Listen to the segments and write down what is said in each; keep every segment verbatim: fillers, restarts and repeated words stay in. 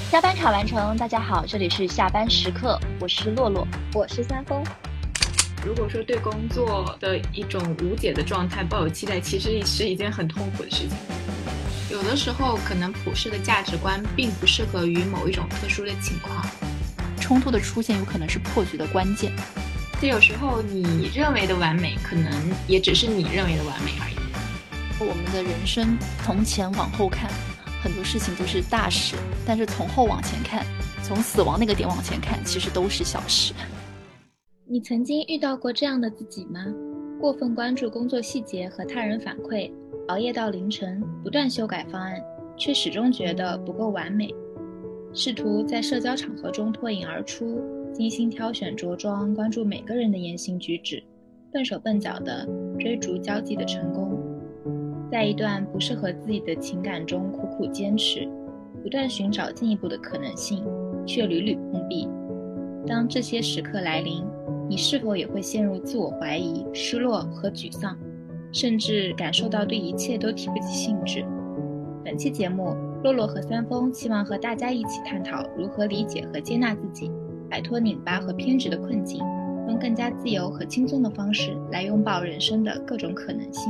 加班卡完成，大家好，这里是下班时刻，我是洛洛， 我是三丰。 如果说对工作的一种无解的状态抱有期待，其实是一件很痛苦的事情。有的时候，可能普世的价值观并不适合于某一种特殊的情况。 冲突的出现有可能是破局的关键。 就有时候你认为的完美，可能也只是你认为的完美而已。 我们的人生从前往后看，很多事情都是大事，但是从后往前看，从死亡那个点往前看，其实都是小事。 你曾经遇到过这样的自己吗？过分关注工作细节和他人反馈，熬夜到凌晨，不断修改方案，却始终觉得不够完美。试图在社交场合中脱颖而出，精心挑选着装，关注每个人的言行举止，笨手笨脚地追逐交际的成功。在一段不适合自己的情感中苦苦坚持，不断寻找进一步的可能性，却屡屡碰壁。当这些时刻来临，你是否也会陷入自我怀疑、失落和沮丧，甚至感受到对一切都提不起兴致？本期节目，洛洛和三丰希望和大家一起探讨如何理解和接纳自己，摆脱拧巴和偏执的困境，用更加自由和轻松的方式来拥抱人生的各种可能性。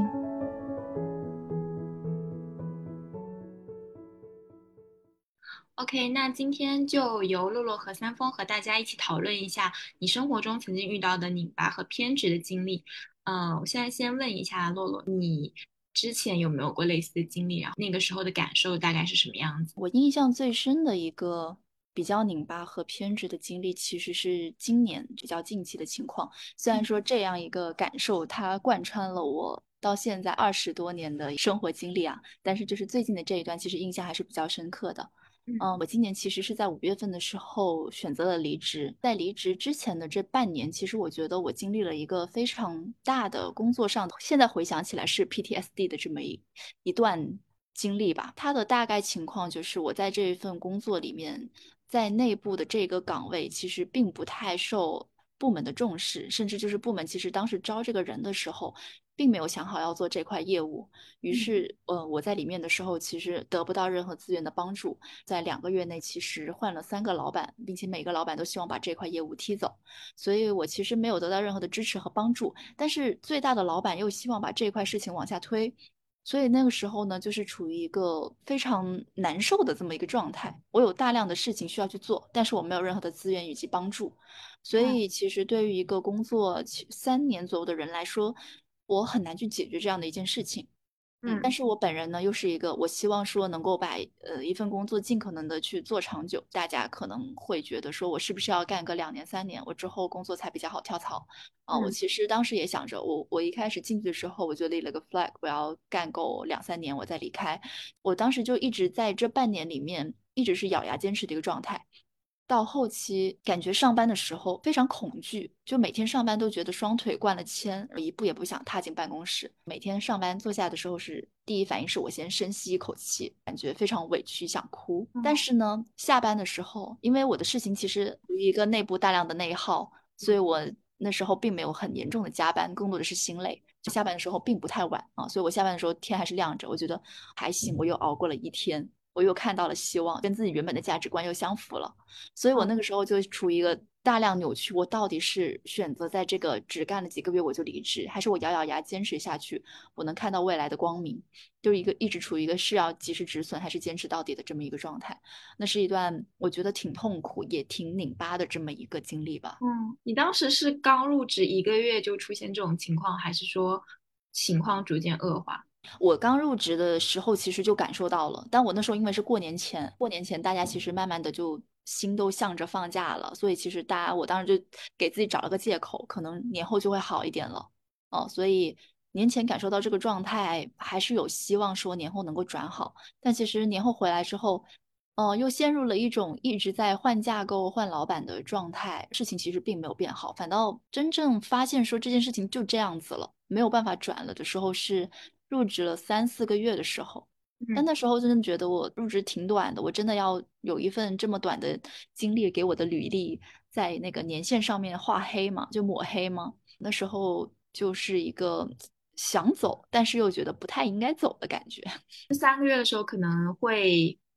OK， 那今天就由洛洛和三丰和大家一起讨论一下你生活中曾经遇到的拧巴和偏执的经历。嗯、呃，我现在先问一下洛洛，你之前有没有过类似的经历？然后那个时候的感受大概是什么样子？ 我印象最深的一个比较拧巴和偏执的经历，其实是今年比较近期的情况。虽然说这样一个感受，它贯穿了我到现在二十多年的生活经历啊，但是就是最近的这一段，其实印象还是比较深刻的。嗯，我今年其实是在五月份的时候选择了离职。在离职之前的这半年，其实我觉得我经历了一个非常大的工作上的，现在回想起来是 P T S D 的这么一一段经历吧。它的大概情况就是我在这一份工作里面，在内部的这个岗位其实并不太受部门的重视，甚至就是部门其实当时招这个人的时候，并没有想好要做这块业务。于是，呃，我在里面的时候，其实得不到任何资源的帮助。在两个月内，其实换了三个老板，并且每个老板都希望把这块业务踢走，所以我其实没有得到任何的支持和帮助。但是最大的老板又希望把这块事情往下推，所以那个时候呢，就是处于一个非常难受的这么一个状态。我有大量的事情需要去做，但是我没有任何的资源以及帮助。所以其实对于一个工作三年左右的人来说，我很难去解决这样的一件事情。嗯，但嗯是我本人呢，又是一个我希望说能够把呃一份工作尽可能的去做长久。大家可能会觉得说我是不是要干个两年三年，我之后工作才比较好跳槽啊？我嗯其实当时也想着，我我一开始进去的时候，我就立了个 flag，我要干够两三年我再离开。我当时就一直在这半年里面，一直是咬牙坚持的一个状态。到后期感觉上班的时候非常恐惧，就每天上班都觉得双腿灌了铅，一步也不想踏进办公室。每天上班坐下的时候是第一反应是我先深吸一口气，感觉非常委屈想哭。但是呢，下班的时候，因为我的事情其实属于一个内部大量的内耗，所以我那时候并没有很严重的加班，更多的是心累。下班的时候并不太晚啊，所以我下班的时候天还是亮着，我觉得还行，我又熬过了一天。我又看到了希望，跟自己原本的价值观又相符了。所以我那个时候就处于一个大量扭曲，我到底是选择在这个只干了几个月我就离职，还是我咬咬牙坚持下去，我能看到未来的光明？就是一个一直处于一个是要及时止损还是坚持到底的这么一个状态。那是一段我觉得挺痛苦也挺拧巴的这么一个经历吧。 嗯，你当时是刚入职一个月就出现这种情况，还是说情况逐渐恶化？ 我刚入职的时候，其实就感受到了，但我那时候因为是过年前，过年前大家其实慢慢的就心都向着放假了，所以其实大家我当时就给自己找了个借口，可能年后就会好一点了。哦，所以年前感受到这个状态，还是有希望说年后能够转好，但其实年后回来之后，呃，又陷入了一种一直在换架构、换老板的状态，事情其实并没有变好，反倒真正发现说这件事情就这样子了，没有办法转了的时候是入职了三四个月的时候。但嗯那时候真的觉得我入职挺短的，我真的要有一份这么短的经历给我的履历在那个年限上面画黑嘛，就抹黑吗？那时候就是一个想走，但是又觉得不太应该走的感觉。 三个月的时候可能会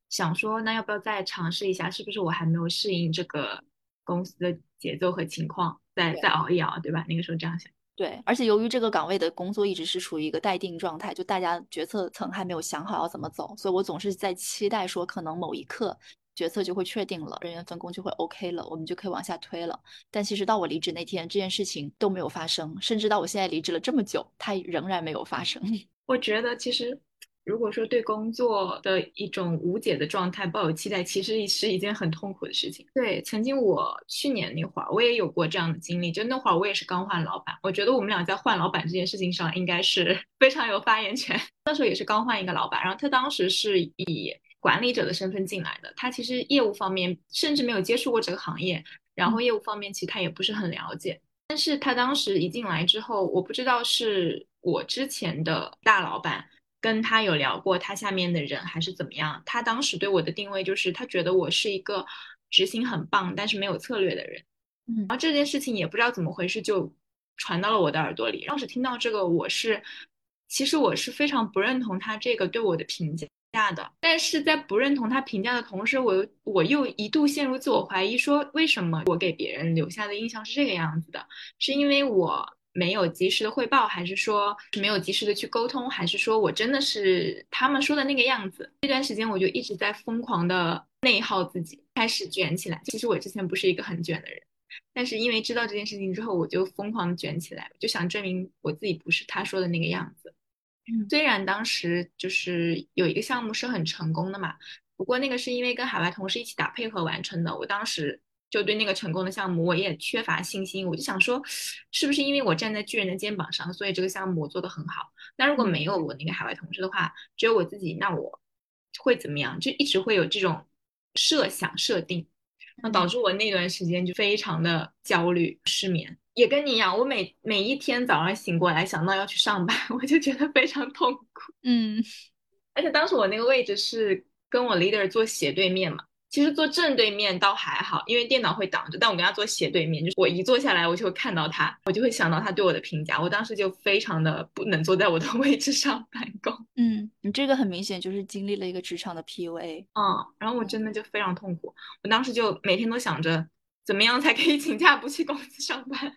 想说那要不要再尝试一下，是不是我还没有适应这个公司的节奏和情况，再再熬一熬，对吧？那个时候这样想。 对，而且由于这个岗位的工作一直是处于一个待定状态，就大家决策层还没有想好要怎么走，所以我总是在期待说，可能某一刻决策就会确定了，人员分工就会 OK 了，我们就可以往下推了。但其实到我离职那天，这件事情都没有发生，甚至到我现在离职了这么久，它仍然没有发生。 我觉得其实，如果说对工作的一种无解的状态抱有期待，其实是一件很痛苦的事情。对，曾经我去年那会儿，我也有过这样的经历。就那会儿我也是刚换老板，我觉得我们俩在换老板这件事情上应该是非常有发言权。那时候也是刚换一个老板，然后他当时是以管理者的身份进来的，他其实业务方面甚至没有接触过这个行业，然后业务方面其实他也不是很了解。但是他当时一进来之后，我不知道是我之前的大老板跟他有聊过他下面的人还是怎么样。他当时对我的定位就是他觉得我是一个执行很棒，但是没有策略的人。 嗯然后这件事情也不知道怎么回事就传到了我的耳朵里。当时听到这个，我是其实我是非常不认同他这个对我的评价。的，但是在不认同他评价的同时，我又我又一度陷入自我怀疑，说为什么我给别人留下的印象是这个样子的？是因为我没有及时的汇报，还是说没有及时的去沟通，还是说我真的是他们说的那个样子？这段时间我就一直在疯狂的内耗自己，开始卷起来。其实我之前不是一个很卷的人，但是因为知道这件事情之后，我就疯狂的卷起来，就想证明我自己不是他说的那个样子。 嗯虽然当时就是有一个项目是很成功的嘛，不过那个是因为跟海外同事一起打配合完成的，我当时就对那个成功的项目我也缺乏信心，我就想说，是不是因为我站在巨人的肩膀上，所以这个项目我做得很好？那如果嗯没有我那个海外同事的话，只有我自己，那我会怎么样？就一直会有这种设想设定，那导嗯致我那段时间就非常的焦虑失眠。也跟你一样，我每每一天早上醒过来，想到要去上班，我就觉得非常痛苦。 嗯而且当时我那个位置是跟我 leader 坐斜对面嘛，其实坐正对面倒还好，因为电脑会挡着，但我跟他坐斜对面，就是我一坐下来，我就会看到他，我就会想到他对我的评价，我当时就非常的不能坐在我的位置上办公。 嗯，你这个很明显就是经历了一个职场的 P U A。 嗯，然后我真的就非常痛苦，我当时就每天都想着怎么样才可以请假不去公司上班。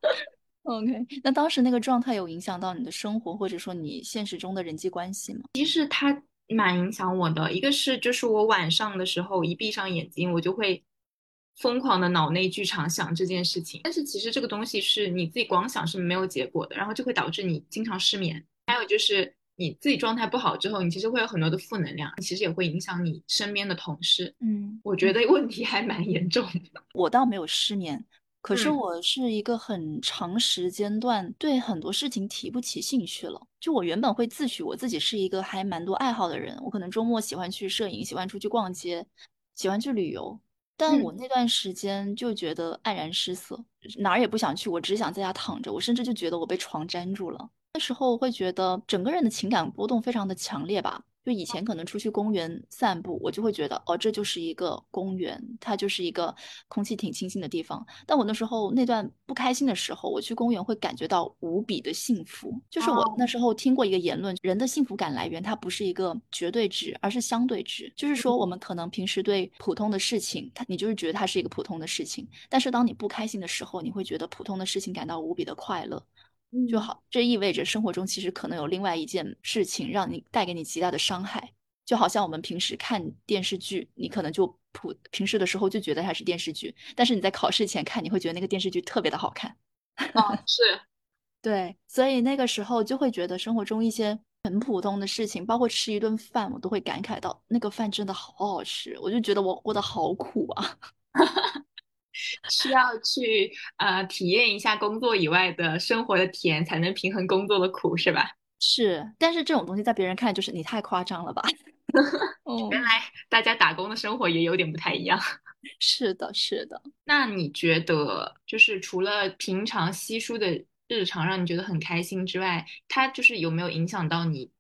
OK，那当时那个状态有影响到你的生活，或者说你现实中的人际关系吗？ 蛮影响我的。一个是就是我晚上的时候一闭上眼睛，我就会疯狂的脑内剧场想这件事情。但是其实这个东西是你自己光想是没有结果的，然后就会导致你经常失眠。还有就是你自己状态不好之后，你其实会有很多的负能量，其实也会影响你身边的同事。 嗯。 我觉得问题还蛮严重的。 我倒没有失眠，可是嗯我是一个很长时间段对很多事情提不起兴趣了。就我原本会自诩我自己是一个还蛮多爱好的人，我可能周末喜欢去摄影，喜欢出去逛街，喜欢去旅游。但我嗯那段时间就觉得黯然失色，哪儿也不想去，我只想在家躺着。我甚至就觉得我被床粘住了。那时候会觉得整个人的情感波动非常的强烈吧。就以前可能出去公园散步，我就会觉得哦，这就是一个公园，它就是一个空气挺清新的地方。但我那时候那段不开心的时候，我去公园会感觉到无比的幸福。就是我那哦时候听过一个言论，人的幸福感来源它不是一个绝对值，而是相对值。就是说，我们可能平时对普通的事情，它你就是觉得它是一个普通的事情，但是当你不开心的时候，你会觉得普通的事情感到无比的快乐。就嗯好，这意味着生活中其实可能有另外一件事情让你带给你极大的伤害，就好像我们平时看电视剧，你可能就普平时的时候就觉得它是电视剧，但是你在考试前看，你会觉得那个电视剧特别的好看。 哦是。 对，所以那个时候就会觉得生活中一些很普通的事情，包括吃一顿饭，我都会感慨到那个饭真的好好吃，我就觉得我过得好苦啊。 需要去呃体验一下工作以外的生活的甜，才能平衡工作的苦，是吧？ 是，但是这种东西在别人看来就是你太夸张了吧？哦， 原来大家打工的生活也有点不太一样。 是的，是的。 那你觉得，就是除了平常稀疏的日常让你觉得很开心之外，它就是有没有影响到你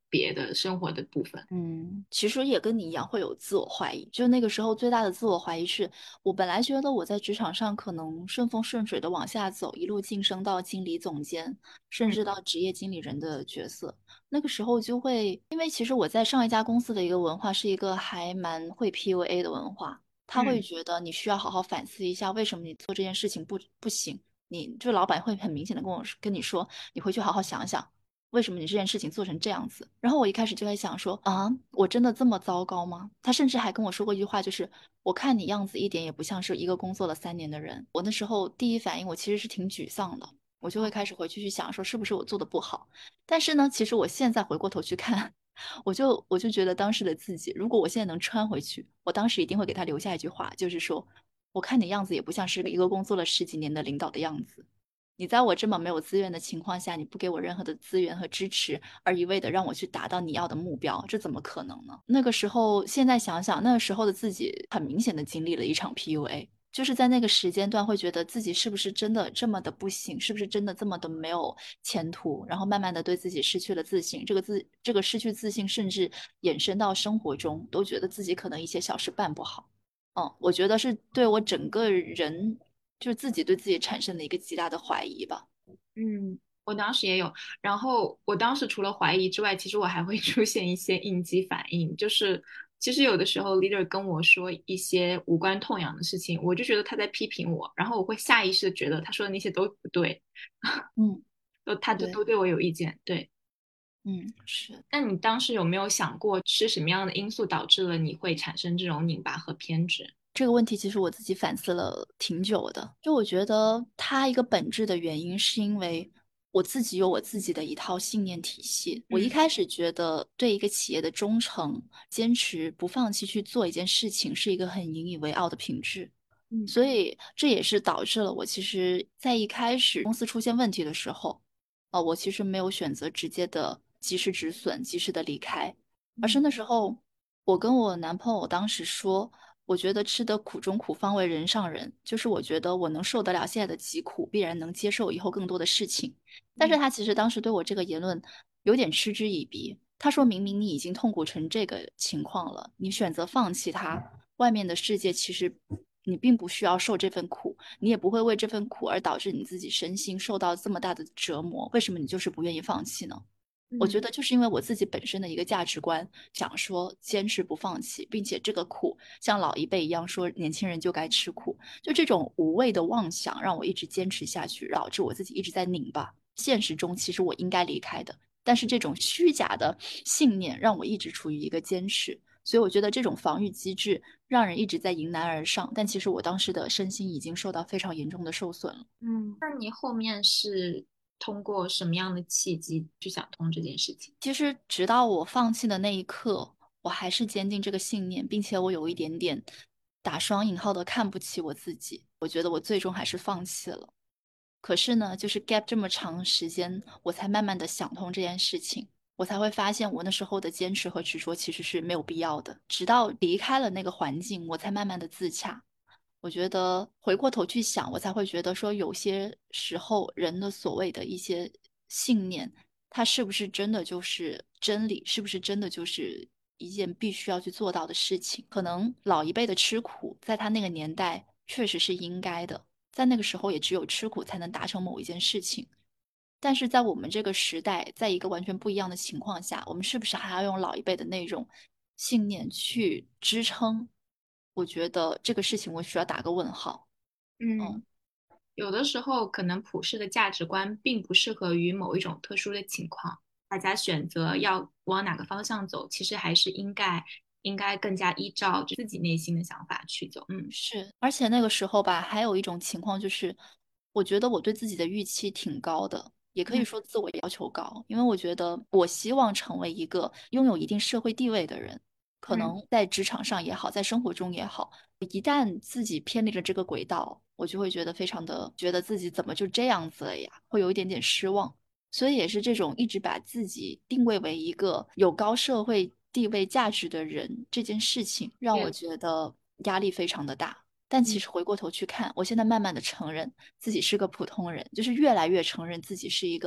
别的生活的部分。 嗯，其实也跟你一样会有自我怀疑。就那个时候最大的自我怀疑是，我本来觉得我在职场上可能顺风顺水的往下走，一路晋升到经理、总监，甚嗯至到职业经理人的角色。那个时候就会，因为其实我在上一家公司的一个文化是一个还蛮会 P U A 的文化，他会嗯觉得你需要好好反思一下，为什么你做这件事情不不行。你就老板会很明显的跟我跟你说，你回去好好想想。为什么你这件事情做成这样子？然后我一开始就在想说啊，我真的这么糟糕吗？他甚至还跟我说过一句话，就是我看你样子一点也不像是一个工作了三年的人。我那时候第一反应，我其实是挺沮丧的，我就会开始回去去想说是不是我做的不好。但是呢，其实我现在回过头去看，我就我就觉得当时的自己，如果我现在能穿回去，我当时一定会给他留下一句话，就是说，我看你样子也不像是一个工作了十几年的领导的样子。你在我这么没有资源的情况下，你不给我任何的资源和支持，而一味的让我去达到你要的目标，这怎么可能呢？那个时候，现在想想，那个时候的自己很明显的经历了一场 P U A，就是在那个时间段会觉得自己是不是真的这么的不行，是不是真的这么的没有前途，然后慢慢的对自己失去了自信，这个自这个失去自信，甚至延伸到生活中，都觉得自己可能一些小事办不好。嗯，我觉得是对我整个人，就是自己对自己产生的一个极大的怀疑吧。 嗯，我当时也有，然后我当时除了怀疑之外，其实我还会出现一些应激反应，就是其实有的时候 leader 跟我说一些无关痛痒的事情，我就觉得他在批评我，然后我会下意识的觉得他说的那些都不对， 嗯， 都他都对， 都对我有意见，对。 嗯，是。 那你当时有没有想过是什么样的因素导致了你会产生这种拧巴和偏执？ 这个问题其实我自己反思了挺久的，就我觉得它一个本质的原因是因为我自己有我自己的一套信念体系。我一嗯开始觉得对一个企业的忠诚、坚持、不放弃去做一件事情是一个很引以为傲的品质， 嗯所以这也是导致了我其实在一开始公司出现问题的时候，呃，我其实没有选择直接的及时止损、及时的离开，而是嗯那时候我跟我男朋友当时说。我觉得吃得苦中苦，方为人上人。就是我觉得我能受得了现在的疾苦，必然能接受以后更多的事情。但是嗯他其实当时对我这个言论有点嗤之以鼻。他说明明你已经痛苦成这个情况了，你选择放弃它，外面的世界其实你并不需要受这份苦，你也不会为这份苦而导致你自己身心受到这么大的折磨。为什么你就是不愿意放弃呢？我觉嗯得就是因为我自己本身的一个价值观，想说坚持不放弃，并且这个苦像老一辈一样说年轻人就该吃苦，就这种无谓的妄想让我一直坚持下去，导致我自己一直在拧巴。现实中其实我应该离开的，但是这种虚假的信念让我一直处于一个坚持，所以我觉得这种防御机制让人一直在迎难而上，但其实我当时的身心已经受到非常严重的受损了。 嗯，那你后面是通过什么样的契机去想通这件事情？ 其实直到我放弃的那一刻，我还是坚定这个信念，并且我有一点点打双引号的看不起我自己。我觉得我最终还是放弃了。可是呢，就是 gap 这么长时间，我才慢慢的想通这件事情，我才会发现我那时候的坚持和执着其实是没有必要的。直到离开了那个环境，我才慢慢的自洽。我觉得回过头去想，我才会觉得说，有些时候人的所谓的一些信念，它是不是真的就是真理？是不是真的就是一件必须要去做到的事情？可能老一辈的吃苦，在他那个年代确实是应该的，在那个时候也只有吃苦才能达成某一件事情。但是在我们这个时代，在一个完全不一样的情况下，我们是不是还要用老一辈的那种信念去支撑？我觉得这个事情我需要打个问号。 嗯， 嗯， 有的时候可能普世的价值观并不适合于某一种特殊的情况，大家选择要往哪个方向走，其实还是应该应该更加依照自己内心的想法去走。嗯是，而且那个时候吧，还有一种情况就是，我觉得我对自己的预期挺高的，也可以嗯说自我要求高，因为我觉得我希望成为一个拥有一定社会地位的人，可嗯能在职场上也好，在生活中也好，一旦自己偏离了这个轨道，我就会觉得非常的觉得自己怎么就这样子了呀，会有一点点失望。所以也是这种一直把自己定位为一个有高社会地位价值的人这件事情，让我对觉得压力非常的大。但其嗯实回过头去看，我现在慢慢的承认自己是个普通人，就是越来越承认自己是一个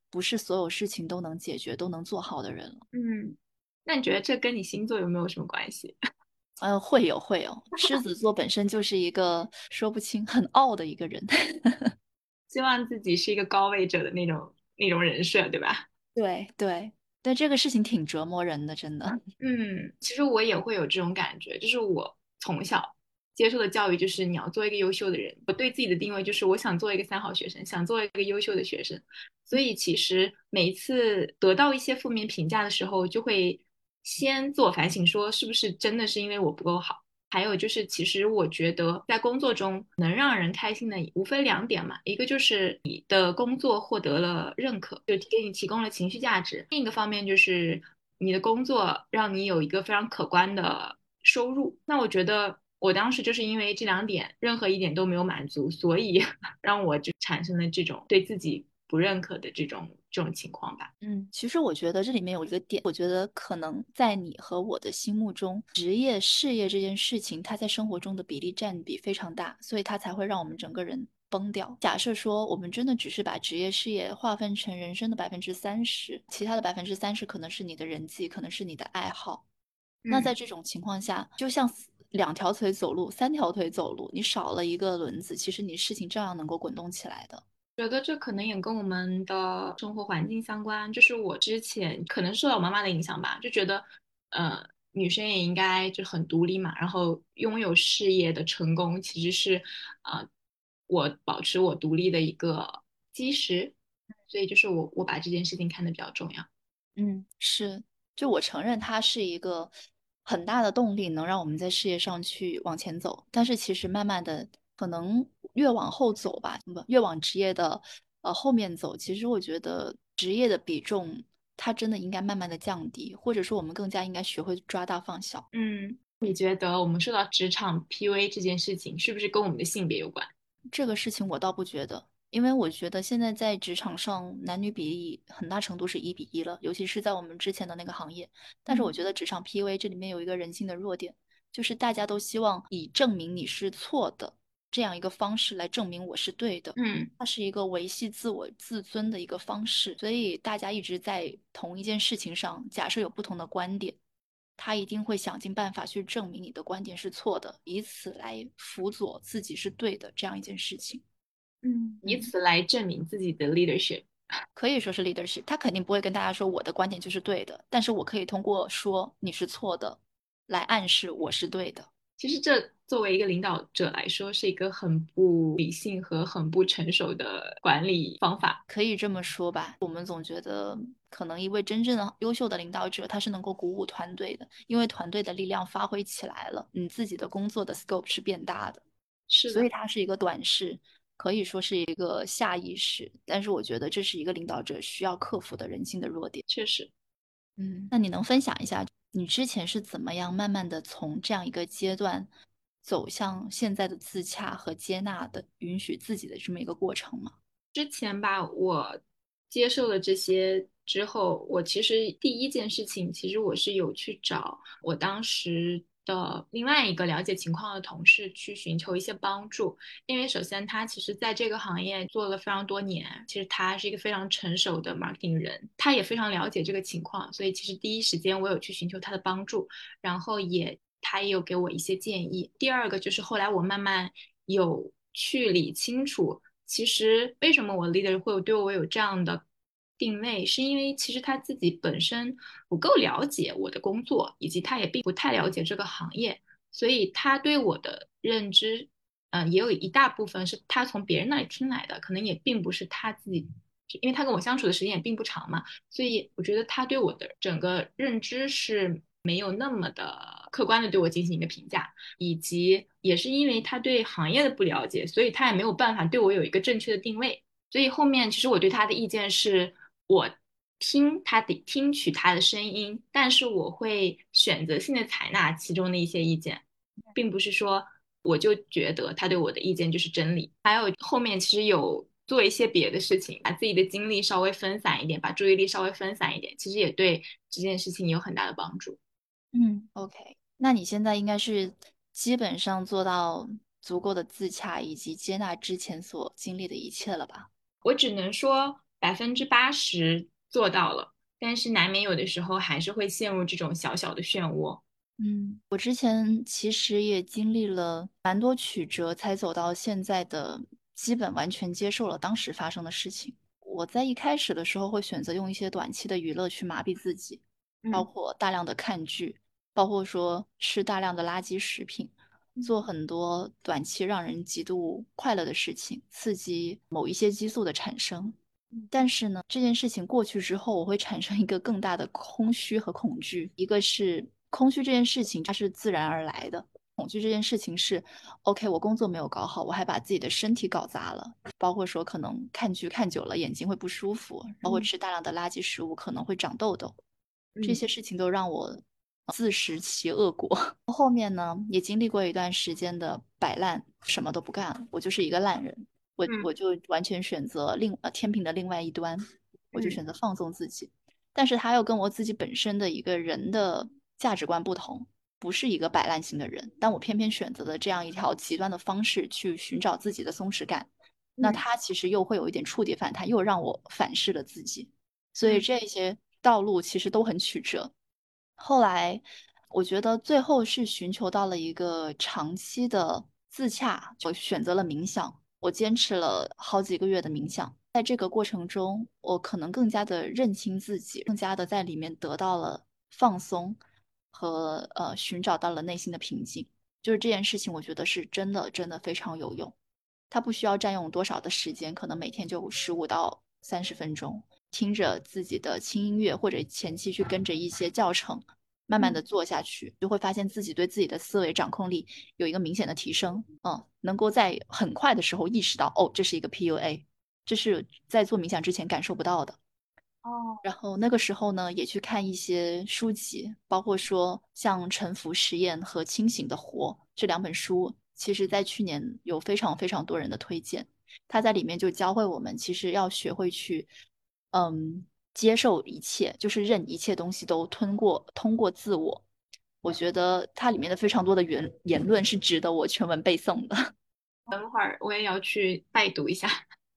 不是所有事情都能解决、都能做好的人了。 嗯，那你觉得这跟你星座有没有什么关系？ 呃，会有会有，狮子座本身就是一个说不清、很傲的一个人。 希望自己是一个高位者的那种那种人设，对吧？ 对对，但这个事情挺折磨人的，真的。 嗯，其实我也会有这种感觉，就是我从小接受的教育就是你要做一个优秀的人，我对自己的定位就是我想做一个三好学生，想做一个优秀的学生，所以其实每一次得到一些负面评价的时候，就会先自我反省，说是不是真的是因为我不够好。还有就是，其实我觉得在工作中能让人开心的无非两点嘛，一个就是你的工作获得了认可，就给你提供了情绪价值；另一个方面就是你的工作让你有一个非常可观的收入。那我觉得我当时就是因为这两点任何一点都没有满足，所以让我就产生了这种对自己不认可的这种这种情况吧。 嗯，其实我觉得这里面有一个点，我觉得可能在你和我的心目中，职业事业这件事情，它在生活中的比例占比非常大，所以它才会让我们整个人崩掉。假设说我们真的只是把职业事业划分成人生的百分之三十，其他的百分之三十可能是你的人际，可能是你的爱好。那在嗯。 这种情况下，就像两条腿走路，三条腿走路，你少了一个轮子，其实你事情照样能够滚动起来的。 觉得这可能也跟我们的生活环境相关。就是我之前可能受到我妈妈的影响吧，就觉得，呃，女生也应该就很独立嘛，然后拥有事业的成功其实是，呃，我保持我独立的一个基石。所以就是我我把这件事情看得比较重要。 嗯，是，就我承认它是一个很大的动力，能让我们在事业上去往前走。但是其实慢慢的，可能越往后走吧，不，越往职业的呃后面走，其实我觉得职业的比重，它真的应该慢慢的降低，或者说我们更加应该学会抓大放小。 嗯，你觉得我们受到职场 P U A 这件事情是不是跟我们的性别有关？ 这个事情我倒不觉得，因为我觉得现在在职场上男女比例很大程度是一比一了，尤其是在我们之前的那个行业。但是我嗯觉得职场 P U A 这里面有一个人性的弱点，就是大家都希望以证明你是错的这样一个方式来证明我是对的， 嗯它是一个维系自我自尊的一个方式。所以大家一直在同一件事情上，假设有不同的观点。他一定会想尽办法去证明你的观点是错的，以此来辅佐自己是对的这样一件事情。 嗯，以嗯， 此来证明自己的 leadership。 可以说是 leadership，他肯定不会跟大家说我的观点就是对的，但是我可以通过说你是错的，来暗示我是对的。 其实这作为一个领导者来说，是一个很不理性和很不成熟的管理方法。 可以这么说吧，我们总觉得可能一位真正的优秀的领导者，他是能够鼓舞团队的，因为团队的力量发挥起来了，你自己的工作的 scope 是变大的。所以是的， 它是一个短视，可以说是一个下意识，但是我觉得这是一个领导者需要克服的人性的弱点。 确实。 嗯，那你能分享一下你之前是怎么样慢慢的从这样一个阶段走向现在的自洽和接纳的，允许自己的这么一个过程吗？ 之前吧，我接受了这些之后，我其实第一件事情，其实我是有去找我当时的另外一个了解情况的同事去寻求一些帮助。因为首先他其实在这个行业做了非常多年，其实他是一个非常成熟的 marketing 人，他也非常了解这个情况，所以其实第一时间我有去寻求他的帮助，然后也他也有给我一些建议。第二个就是后来我慢慢有去理清楚。其实为什么我 leader 会有对我有这样的定位，是因为其实他自己本身不够了解我的工作，以及他也并不太了解这个行业，所以他对我的认知，嗯、也有一大部分是他从别人那里听来的，可能也并不是他自己，因为他跟我相处的时间也并不长嘛，所以我觉得他对我的整个认知是没有那么的客观的对我进行一个评价。以及也是因为他对行业的不了解，所以他也没有办法对我有一个正确的定位。所以后面其实我对他的意见是，我听他的听取他的声音，但是我会选择性的采纳其中的一些意见，并不是说我就觉得他对我的意见就是真理。还有后面其实有做一些别的事情，把自己的精力稍微分散一点，把注意力稍微分散一点，其实也对这件事情有很大的帮助。 嗯，OK，那你现在应该是基本上做到足够的自洽以及接纳之前所经历的一切了吧？ 我只能说百分之八十做到了，但是难免有的时候还是会陷入这种小小的漩涡。 嗯，我之前其实也经历了蛮多曲折，才走到现在的基本完全接受了当时发生的事情。我在一开始的时候会选择用一些短期的娱乐去麻痹自己，包嗯括大量的看剧，包括说吃大量的垃圾食品，做很多短期让人极度快乐的事情，刺激某一些激素的产生。但是呢，这件事情过去之后，我会产生一个更大的空虚和恐惧。一个是空虚这件事情，它是自然而来的；恐惧这件事情是，OK，我工作没有搞好，我还把自己的身体搞砸了。包括说，可能看剧看久了眼睛会不舒服，包括嗯吃大量的垃圾食物可能会长痘痘，这嗯些事情都让我自食其恶果。后面呢，也经历过一段时间的摆烂，什么都不干，我就是一个烂人。我嗯我就完全选择另呃天平的另外一端，我就嗯选择放纵自己。但是他又跟我自己本身的一个人的价值观不同，不是一个摆烂型的人，但我偏偏选择了这样一条极端的方式去寻找自己的松弛感，那嗯他其实又会有一点触底反弹，又让我反噬了自己。所以嗯这些道路其实都很曲折。后来，我觉得最后是寻求到了一个长期的自洽，就选择了冥想。我坚持了好几个月的冥想，在这个过程中，我可能更加的认清自己，更加的在里面得到了放松和呃寻找到了内心的平静。就是这件事情，我觉得是真的真的非常有用。它不需要占用多少的时间，可能每天就十五到三十分钟，听着自己的轻音乐，或者前期去跟着一些教程，慢慢的嗯。 做下去，就会发现自己对自己的思维掌控力有一个明显的提升。嗯，能够在很快的时候意识到，哦，这是一个 P U A，这是在做冥想之前感受不到的。 哦。 然后那个时候呢，也去看一些书籍，包括说像《沉浮实验》和《清醒的活》这两本书，其实在去年有非常非常多人的推荐。他在里面就教会我们，其实要学会去，嗯，接受一切，就是任一切东西都吞过，通过自我。我觉得它里面的非常多的言言论是值得我全文背诵的。 等会儿我也要去拜读一下。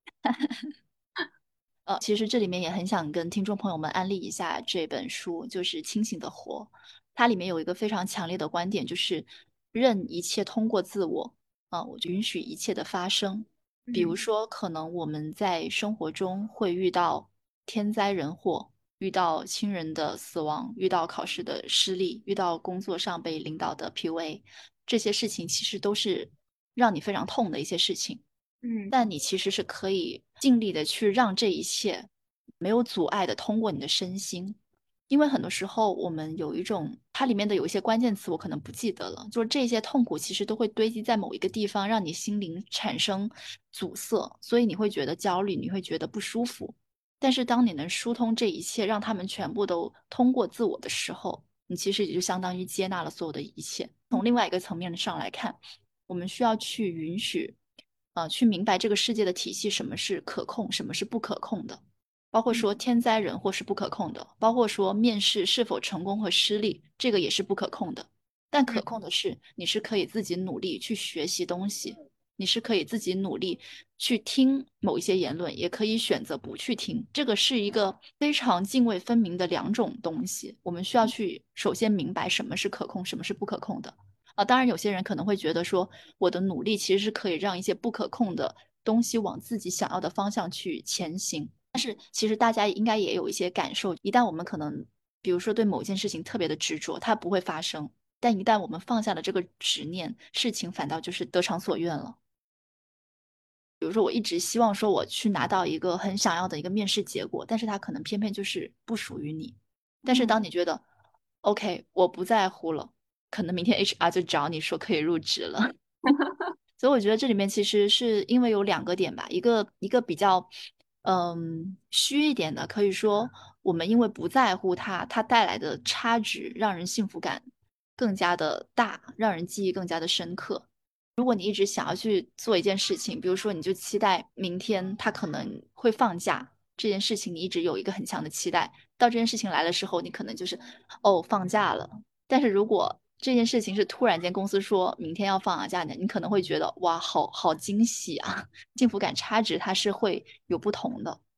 呃，其实这里面也很想跟听众朋友们安利一下这本书，就是《清醒的活》。它里面有一个非常强烈的观点，就是任一切通过自我，啊、我就允许一切的发生。比如嗯说，可能我们在生活中会遇到天灾人祸，遇到亲人的死亡，遇到考试的失利，遇到工作上被领导的 P U A，这些事情其实都是让你非常痛的一些事情。 嗯但你其实是可以尽力的去让这一切没有阻碍的通过你的身心，因为很多时候我们有一种，它里面的有一些关键词我可能不记得了，就是这些痛苦其实都会堆积在某一个地方，让你心灵产生阻塞，所以你会觉得焦虑，你会觉得不舒服。但是当你能疏通这一切，让他们全部都通过自我的时候，你其实也就相当于接纳了所有的一切。从另外一个层面上来看，我们需要去允许。呃，去明白这个世界的体系，什么是可控，什么是不可控的，包括说天灾人祸是不可控的，包括说面试是否成功和失利，这个也是不可控的。但可嗯控的是，你是可以自己努力去学习东西，你是可以自己努力去听某一些言论，也可以选择不去听。这个是一个非常泾渭分明的两种东西，我们需要去首先明白什么是可控，什么是不可控的。啊，当然，有些人可能会觉得说，我的努力其实是可以让一些不可控的东西往自己想要的方向去前行。但是，其实大家应该也有一些感受，一旦我们可能，比如说对某件事情特别的执着，它不会发生；但一旦我们放下了这个执念，事情反倒就是得偿所愿了。比如说，我一直希望说我去拿到一个很想要的一个面试结果，但是它可能偏偏就是不属于你。但是嗯当你觉得 OK，我不在乎了，可能明天 H R 就找你说可以入职了。所以我觉得这里面其实是因为有两个点吧，一个一个比较嗯虚一点的，可以说我们因为不在乎它，它带来的差值让人幸福感更加的大，让人记忆更加的深刻。如果你一直想要去做一件事情，比如说你就期待明天他可能会放假，这件事情你一直有一个很强的期待，到这件事情来的时候，你可能就是哦放假了。但是如果这件事情是突然间公司说明天要放假呢，你可能会觉得哇，好好惊喜啊，幸福感差值它是会有不同的。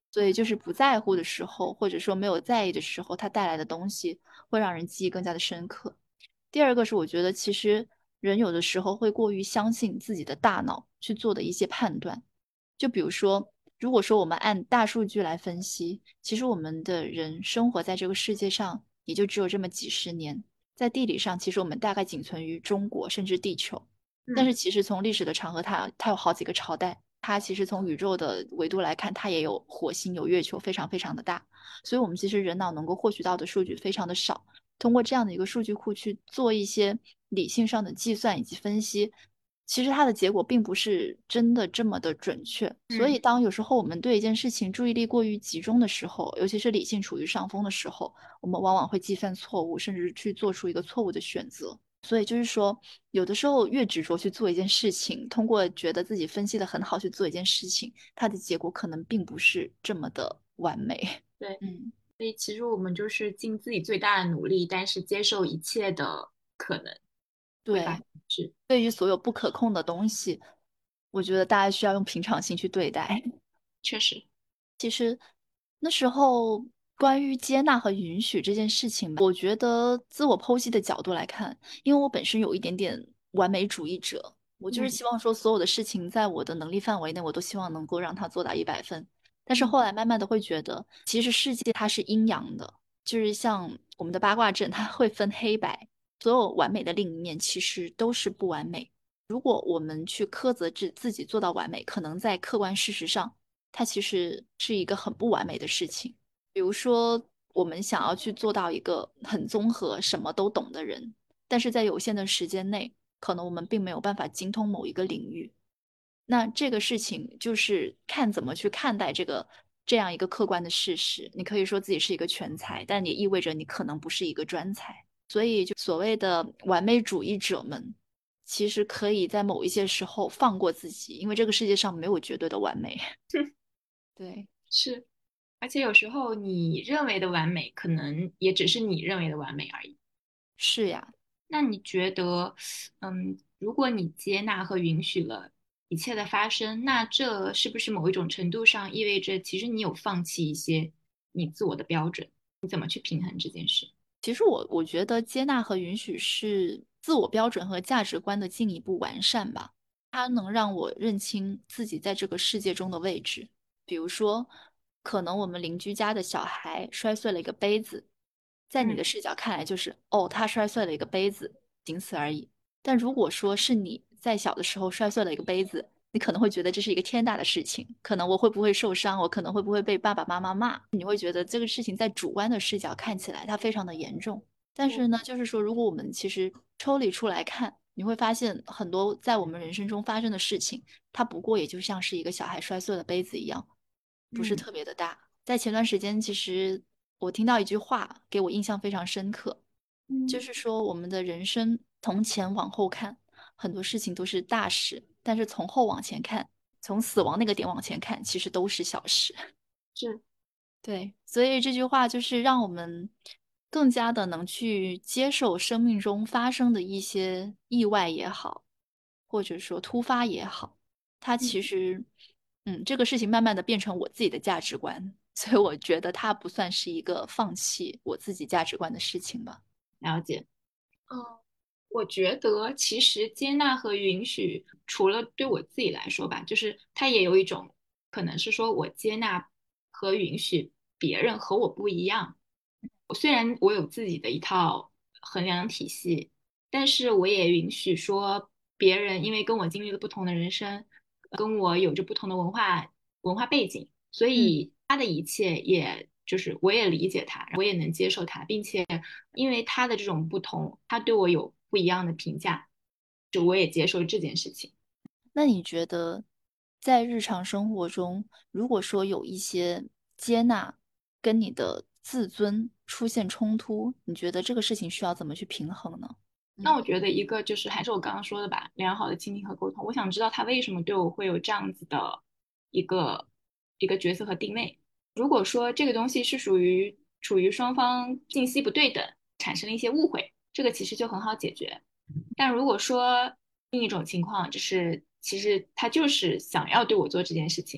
所以就是不在乎的时候，或者说没有在意的时候，它带来的东西会让人记忆更加的深刻。第二个是我觉得其实人有的时候会过于相信自己的大脑去做的一些判断，就比如说，如果说我们按大数据来分析，其实我们的人生活在这个世界上也就只有这么几十年，在地理上其实我们大概仅存于中国甚至地球，但嗯是其实从历史的长河它，它有好几个朝代。它其实从宇宙的维度来看，它也有火星、有月球，非常非常的大。所以，我们其实人脑能够获取到的数据非常的少。通过这样的一个数据库去做一些理性上的计算以及分析，其实它的结果并不是真的这么的准确。所以， 嗯， 当有时候我们对一件事情注意力过于集中的时候，尤其是理性处于上风的时候，我们往往会计算错误，甚至去做出一个错误的选择。所以就是说，有的时候越执着去做一件事情，通过觉得自己分析的很好去做一件事情，它的结果可能并不是这么的完美。 对， 嗯， 所以其实我们就是尽自己最大的努力，但是接受一切的可能会发对， 生是， 对于所有不可控的东西，我觉得大家需要用平常心去对待。 确实， 那时候关于接纳和允许这件事情吧，我觉得自我剖析的角度来看，因为我本身有一点点完美主义者，我就是嗯希望说所有的事情在我的能力范围内，我都希望能够让它做到一百分。但是嗯后来慢慢的会觉得，其实世界它是阴阳的，就是像我们的八卦阵，它会分黑白，所有完美的另一面其实都是不完美。如果我们去苛责自自己做到完美，可能在客观事实上。它其实是一个很不完美的事情。比如说，我们想要去做到一个很综合、什么都懂的人，但是在有限的时间内，可能我们并没有办法精通某一个领域。那这个事情就是看怎么去看待这个这样一个客观的事实。你可以说自己是一个全才，但也意味着你可能不是一个专才。所以，就所谓的完美主义者们，其实可以在某一些时候放过自己，因为这个世界上没有绝对的完美。对， 是，而且有时候你认为的完美，可能也只是你认为的完美而已。 是呀。 那你觉得，嗯，如果你接纳和允许了一切的发生，那这是不是某一种程度上意味着，其实你有放弃一些你自我的标准？你怎么去平衡这件事？ 其实我我觉得接纳和允许是自我标准和价值观的进一步完善吧。它能让我认清自己在这个世界中的位置。比如说，可能我们邻居家的小孩摔碎了一个杯子，在你嗯， 的视角看来就是哦，他摔碎了一个杯子，仅此而已。但如果说是你在小的时候摔碎了一个杯子，你可能会觉得这是一个天大的事情，可能我会不会受伤，我可能会不会被爸爸妈妈骂，你会觉得这个事情在主观的视角看起来它非常的严重。但对， 是呢，就是说，如果我们其实抽离出来看，你会发现很多在我们人生中发生的事情，它不过也就像是一个小孩摔碎了杯子一样，不是嗯特别的大。在前段时间，其实我听到一句话，给我印象非常深刻，就嗯， 是说我们的人生从前往后看，很多事情都是大事，但是从后往前看，从死亡那个点往前看，其实都是小事。 是， 对，所以这句话就是让我们更加的能去接受生命中发生的一些意外也好，或者说突发也好，它嗯， 其实，嗯，这个事情慢慢的变成我自己的价值观，所以我觉得它不算是一个放弃我自己价值观的事情吧。 了解。嗯，我觉得其实接纳和允许，除了对我自己来说吧，就是它也有一种可能是说我接纳和允许别人和我不一样。我虽然我有自己的一套衡量体系，但是我也允许说别人因为跟我经历了不同的人生，跟我有着不同的文化文化背景，所嗯。 以他的一切也就是我也理解他，我也能接受他，并且因为他的这种不同，他对我有不一样的评价，就我也接受这件事情。 那你觉得，在日常生活中，如果说有一些接纳跟你的自尊出现冲突，你觉得这个事情需要怎么去平衡呢？嗯那我觉得一个就是还是我刚刚说的吧，良好的倾听和沟通。我想知道他为什么对我会有这样子的一个一个角色和定位。如果说这个东西是属于处于双方信息不对等，产生了一些误会，这个其实就很好解决。但如果说另一种情况，就是其实他就是想要对我做这件事情，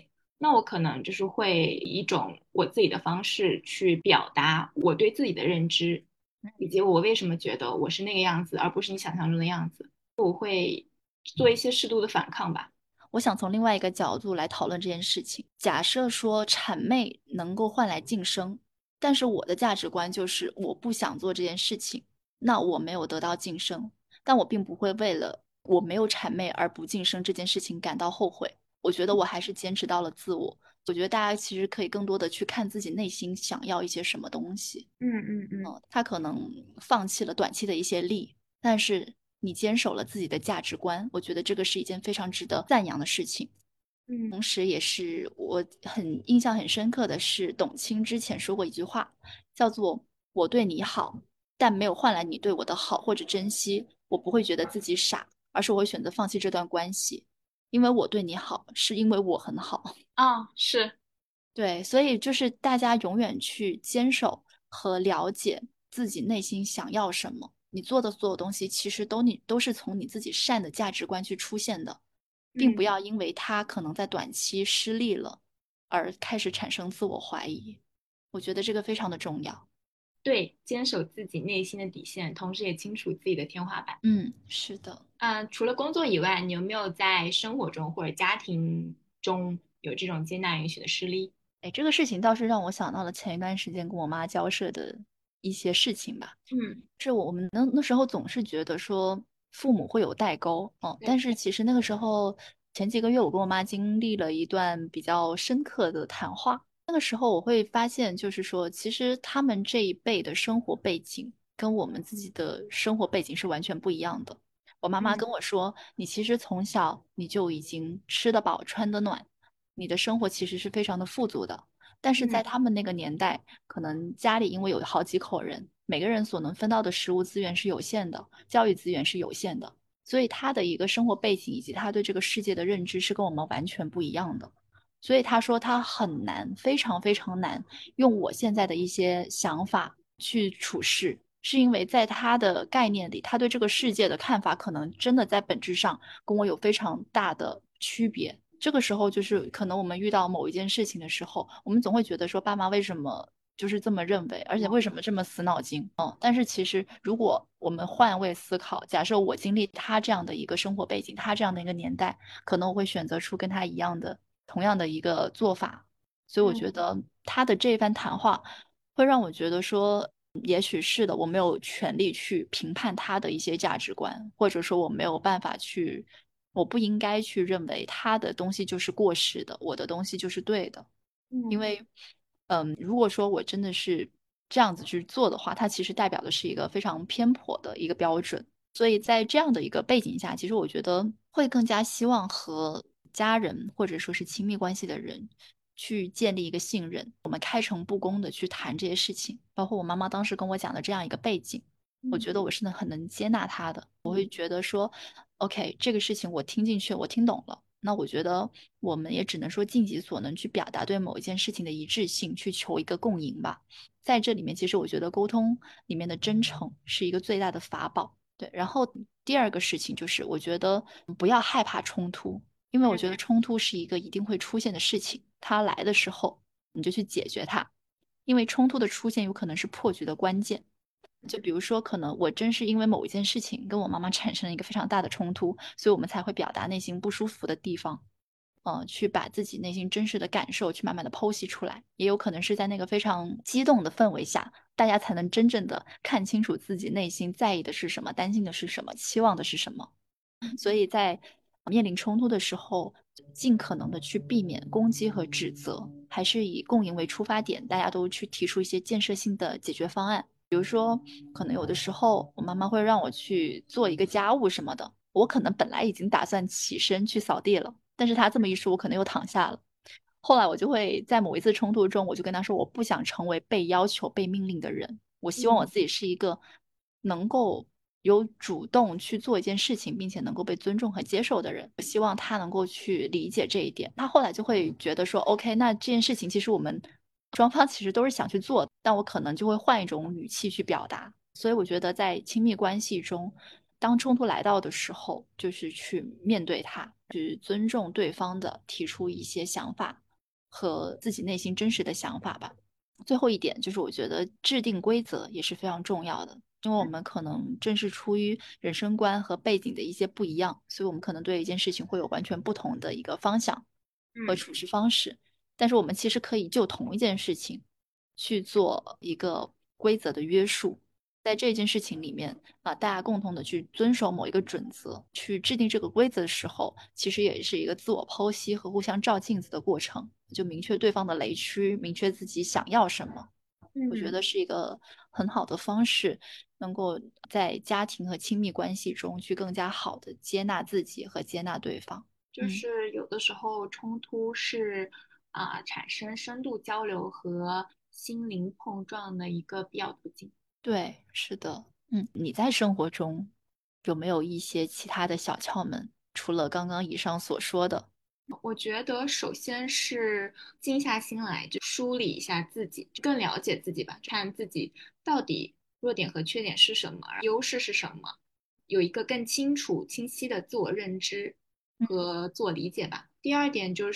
那我可能就是会以一种我自己的方式去表达我对自己的认知，以及我为什么觉得我是那个样子，而不是你想象中的样子。我会做一些适度的反抗吧。 我想从另外一个角度来讨论这件事情。假设说谄媚能够换来晋升，但是我的价值观就是我不想做这件事情，那我没有得到晋升，但我并不会为了我没有谄媚而不晋升这件事情感到后悔。我觉得我还是坚持到了自我。我觉得大家其实可以更多的去看自己内心想要一些什么东西。 嗯嗯嗯嗯，他可能放弃了短期的一些利，但是你坚守了自己的价值观，我觉得这个是一件非常值得赞扬的事情。 嗯同时，也是我很印象很深刻的是，董卿之前说过一句话，叫做“我对你好，但没有换来你对我的好或者珍惜，我不会觉得自己傻，而是我会选择放弃这段关系，因为我对你好，是因为我很好。” 啊，是， 对，所以就是大家永远去坚守和了解自己内心想要什么。你做的所有东西，其实都你都是从你自己善的价值观去出现的，并不嗯， 要因为他可能在短期失利了而开始产生自我怀疑。我觉得这个非常的重要。 对，坚守自己内心的底线，同时也清楚自己的天花板。 嗯，是的。 嗯，除了工作以外，你有没有在生活中或者家庭中有这种接纳允许的事例？ 哎，这个事情倒是让我想到了前一段时间跟我妈交涉的一些事情吧。 嗯， 是我我们那那时候总是觉得说父母会有代沟，嗯，但对， 是其实那个时候前几个月我跟我妈经历了一段比较深刻的谈话。那个时候我会发现，就是说其实他们这一辈的生活背景跟我们自己的生活背景是完全不一样的。我妈妈嗯跟我说，你其实从小你就已经吃得饱穿得暖，你的生活其实是非常的富足的。但是在嗯他们那个年代，可能家里因为有好几口人，每个人所能分到的食物资源是有限的，教育资源是有限的，所以他的一个生活背景以及他对这个世界的认知是跟我们完全不一样的。所以他说他很难，非常非常难用我现在的一些想法去处事，是因为在他的概念里，他对这个世界的看法可能真的在本质上跟我有非常大的区别。这个时候就是可能我们遇到某一件事情的时候，我们总会觉得说爸妈为什么就是这么认为，而且为什么这么死脑筋？嗯，但是其实如果我们换位思考，假设我经历他这样的一个生活背景，他这样的一个年代，可能我会选择出跟他一样的同样的一个做法。所以我觉嗯得他的这一番谈话会让我觉得说，也许是的，我没有权利去评判他的一些价值观，或者说我没有办法去，我不应该去认为他的东西就是过时的，我的东西就是对的。因嗯为，嗯，如果说我真的是这样子去做的话，它其实代表的是一个非常偏颇的一个标准。所以在这样的一个背景下，其实我觉得会更加希望和家人或者说是亲密关系的人去建立一个信任，我们开诚布公的去谈这些事情。包括我妈妈当时跟我讲的这样一个背景，我嗯觉得我是能很能接纳她的。我会觉得说，OK，这个事情我听进去，我听懂了。那我觉得我们也只能说尽己所能去表达对某一件事情的一致性，去求一个共赢吧。在这里面，其实我觉得沟通里面的真诚是一个最大的法宝。对，然后第二个事情就是，我觉得不要害怕冲突，因为我觉得冲突是一个一定会出现的事情，它来的时候你就去解决它，因为冲突的出现有可能是破局的关键。就比如说，可能我真是因为某一件事情跟我妈妈产生了一个非常大的冲突，所以我们才会表达内心不舒服的地方，嗯、去把自己内心真实的感受去慢慢的剖析出来。也有可能是在那个非常激动的氛围下，大家才能真正的看清楚自己内心在意的是什么，担心的是什么，期望的是什么。所以在面临冲突的时候，尽可能的去避免攻击和指责，还是以共赢为出发点，大家都去提出一些建设性的解决方案。比如说，可能有的时候我妈妈会让我去做一个家务什么的，我可能本来已经打算起身去扫地了，但是她这么一说，我可能又躺下了。后来我就会在某一次冲突中，我就跟她说，我不想成为被要求、被命令的人，我希望我嗯自己是一个能够有主动去做一件事情，并且能够被尊重和接受的人。我希望他能够去理解这一点。他后来就会觉得说，OK，那这件事情其实我们双方其实都是想去做的，但我可能就会换一种语气去表达。所以我觉得在亲密关系中，当冲突来到的时候，就是去面对它，去尊重对方的提出一些想法， 和自己内心真实的想法吧。最后一点就是我觉得制定规则也是非常重要的，因为我们可能正是出于人生观和背景的一些不一样，所以我们可能对一件事情会有完全不同的一个方向和嗯处事方式。但是我们其实可以就同一件事情去做一个规则的约束，在这件事情里面啊，大家共同的去遵守某一个准则，去制定这个规则的时候，其实也是一个自我剖析和互相照镜子的过程，就明确对方的雷区，明确自己想要什么。我觉嗯。 得是一个很好的方式，能够在家庭和亲密关系中去更加好的接纳自己和接纳对方。 就嗯， 是有的时候冲突是啊、产生深度交流和心灵碰撞的一个必要途径。 对，是的。嗯，你在生活中有没有一些其他的小窍门？除了刚刚以上所说的？ 我觉得首先是静下心来，就梳理一下自己，更了解自己吧，看自己到底弱点和缺点是什么，优势是什么，有一个更清楚、清晰的自我认知和自我理解吧。第二点就是，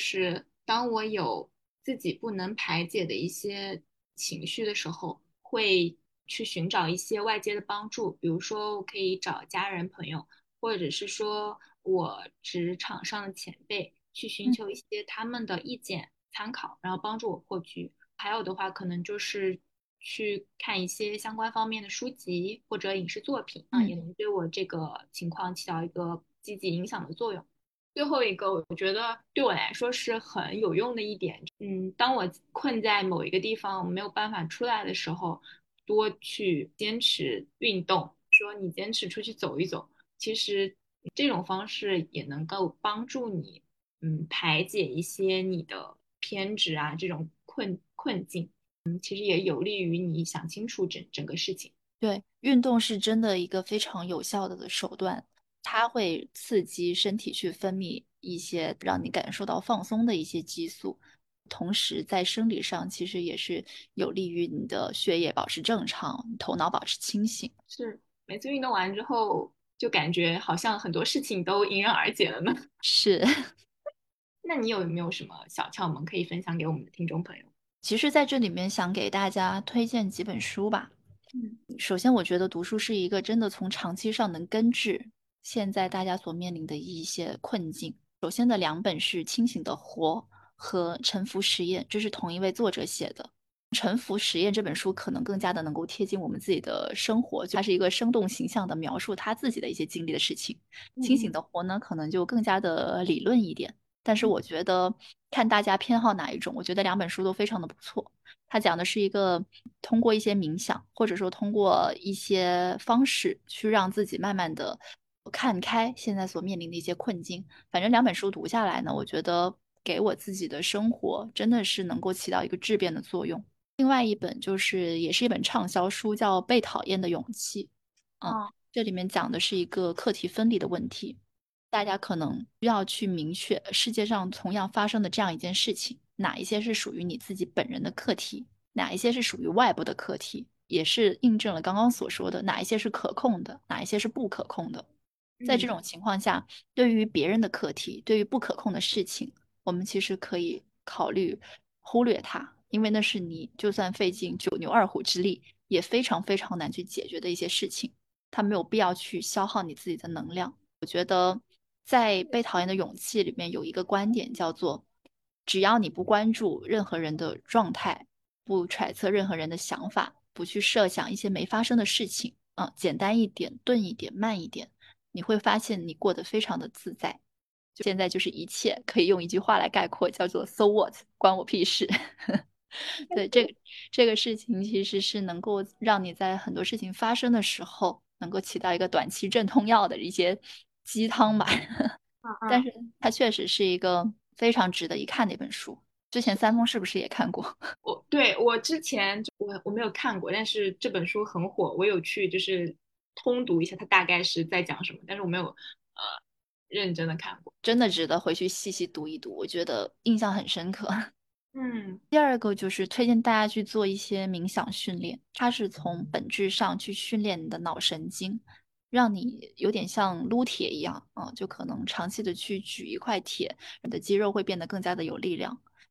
当我有自己不能排解的一些情绪的时候，会去寻找一些外界的帮助，比如说我可以找家人、朋友。或者是说我职场上的前辈去寻嗯求一些他们的意见参考，然后帮助我破局。还有的话，可能就是去看一些相关方面的书籍或者影视作品啊， 嗯也能对我这个情况起到一个积极影响的作用。最后一个，我觉得对我来说是很有用的一点，嗯，当我困在某一个地方没有办法出来的时候，多去坚持运动，说你坚持出去走一走，其实这种方式也能够帮助你，嗯，排解一些你的偏执啊这种困困境，嗯，其实也有利于你想清楚整整个事情。 对，运动是真的一个非常有效的手段，它会刺激身体去分泌一些让你感受到放松的一些激素，同时在生理上其实也是有利于你的血液保持正常，头脑保持清醒。 是，每次运动完之后，就感觉好像很多事情都迎刃而解了呢。 是， 那你有没有什么小窍门可以分享给我们的听众朋友？ 其实在这里面想给大家推荐几本书吧。 嗯首先，我觉得读书是一个真的从长期上能根治现在大家所面临的一些困境。首先的两本是《清醒的活》和《沉浮实验》，这是同一位作者写的。《沉浮实验》这本书可能更加的能够贴近我们自己的生活，它是一个生动形象的描述他自己的一些经历的事情。《清醒嗯的活》呢，可能就更加的理论一点。但是嗯我觉得看大家偏好哪一种，我觉得两本书都非常的不错。它讲的是一个通过一些冥想，或者说通过一些方式去让自己慢慢的看开现在所面临的一些困境。反正两本书读下来呢，我觉得给我自己的生活真的是能够起到一个质变的作用。另外一本就是也是一本畅销书，叫《被讨厌的勇气》。嗯， 哦这里面讲的是一个课题分离的问题。大家可能需要去明确世界上同样发生的这样一件事情，哪一些是属于你自己本人的课题，哪一些是属于外部的课题，也是印证了刚刚所说的哪一些是可控的，哪一些是不可控的。在这嗯种情况下，对于别人的课题，对于不可控的事情，我们其实可以考虑忽略它，因为那是你就算费尽九牛二虎之力，也非常非常难去解决的一些事情，它没有必要去消耗你自己的能量。在《被讨厌的勇气》里面有一个观点叫做：只要你不关注任何人的状态，不揣测任何人的想法，不去设想一些没发生的事情，嗯，简单一点，钝一点，慢一点，你会发现你过得非常的自在。现在就是一切可以用一句话来概括，叫做 "So what"，关我屁事。对，这个这个事情其实是能够让你在很多事情发生的时候，能够起到一个短期镇痛药的一些鸡汤吧。 嗯嗯， 但是它确实是一个非常值得一看的一本书。之前三丰是不是也看过？ 我对我之前就我我没有看过，但是这本书很火，我有去就是通读一下，它大概是在讲什么，但是我没有呃认真的看过。 真的值得回去细细读一读，我觉得印象很深刻。 嗯第二个就是推荐大家去做一些冥想训练，它是从本质上去训练你的脑神经，让你有点像撸铁一样啊，就可能长期的去举一块铁，你的肌肉会变得更加的有力量。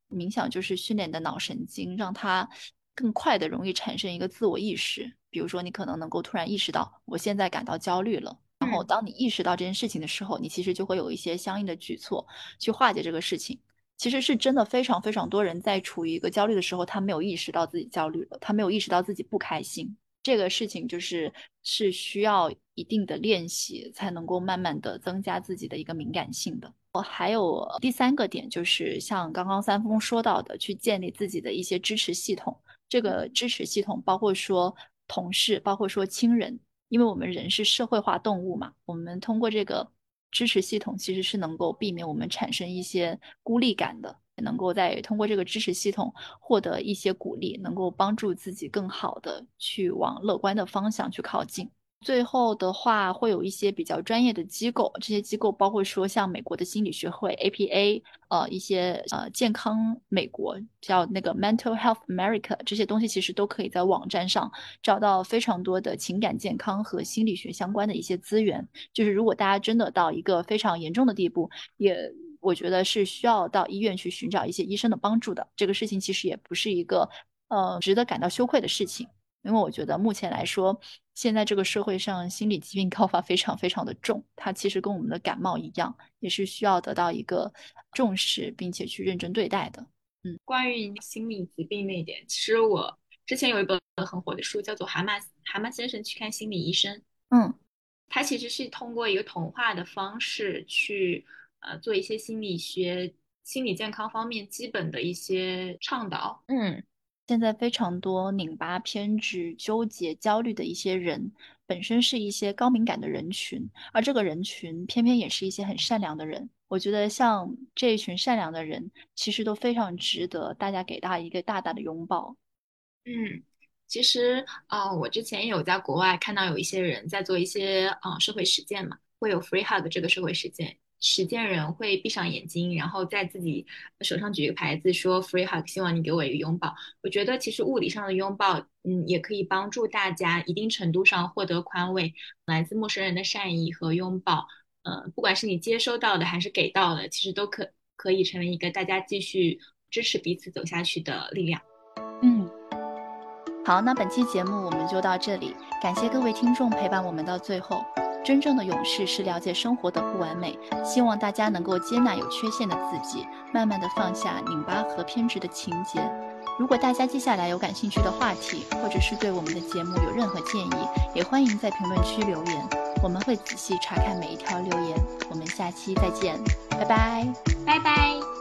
冥想就是训练你的脑神经，让它更快的容易产生一个自我意识。比如说你可能能够突然意识到我现在感到焦虑了，然后当你意识到这件事情的时候，你其实就会有一些相应的举措去化解这个事情。其实是真的非常非常多人在处于一个焦虑的时候，他没有意识到自己焦虑了，他没有意识到自己不开心。这个事情就是是需要一定的练习才能够慢慢的增加自己的一个敏感性的。还有第三个点就是像刚刚三丰说到的，去建立自己的一些支持系统。这个支持系统包括说同事，包括说亲人，因为我们人是社会化动物嘛，我们通过这个支持系统其实是能够避免我们产生一些孤立感的，能够在通过这个支持系统获得一些鼓励，能够帮助自己更好的去往乐观的方向去靠近。最后的话会有一些比较专业的机构，这些机构包括说像美国的心理学会 A P A， 呃，一些呃健康美国叫那个 Mental Health America， 这些东西其实都可以在网站上找到非常多的情感健康和心理学相关的一些资源。就是如果大家真的到一个非常严重的地步，也我觉得是需要到医院去寻找一些医生的帮助的。这个事情其实也不是一个呃值得感到羞愧的事情。因为我觉得目前来说，现在这个社会上心理疾病高发非常非常的重，它其实跟我们的感冒一样，也是需要得到一个重视，并且去认真对待的。嗯， 关于心理疾病那一点，其实我之前有一本很火的书，叫做《蛤蟆蛤蟆先生去看心理医生》。 嗯， 它其实是通过一个童话的方式去呃做一些心理学、心理健康方面基本的一些倡导。 嗯。 现在非常多拧巴、偏执、纠结、焦虑的一些人，本身是一些高敏感的人群，而这个人群偏偏也是一些很善良的人。我觉得像这一群善良的人，其实都非常值得大家给他一个大大的拥抱。 嗯，其实呃，我之前也有在国外看到有一些人在做一些呃社会实践嘛，会有 free hug 这个社会实践。实践人会闭上眼睛，然后在自己手上举一个牌子说 free hug，希望你给我一个拥抱。我觉得其实物理上的拥抱，嗯，也可以帮助大家一定程度上获得宽慰，来自陌生人的善意和拥抱。呃，不管是你接收到的还是给到的，其实都可可以成为一个大家继续支持彼此走下去的力量。 嗯，好，那本期节目我们就到这里，感谢各位听众陪伴我们到最后。真正的勇士是了解生活的不完美，希望大家能够接纳有缺陷的自己，慢慢的放下拧巴和偏执的情节。如果大家接下来有感兴趣的话题，或者是对我们的节目有任何建议，也欢迎在评论区留言，我们会仔细查看每一条留言。我们下期再见，拜拜， 拜拜。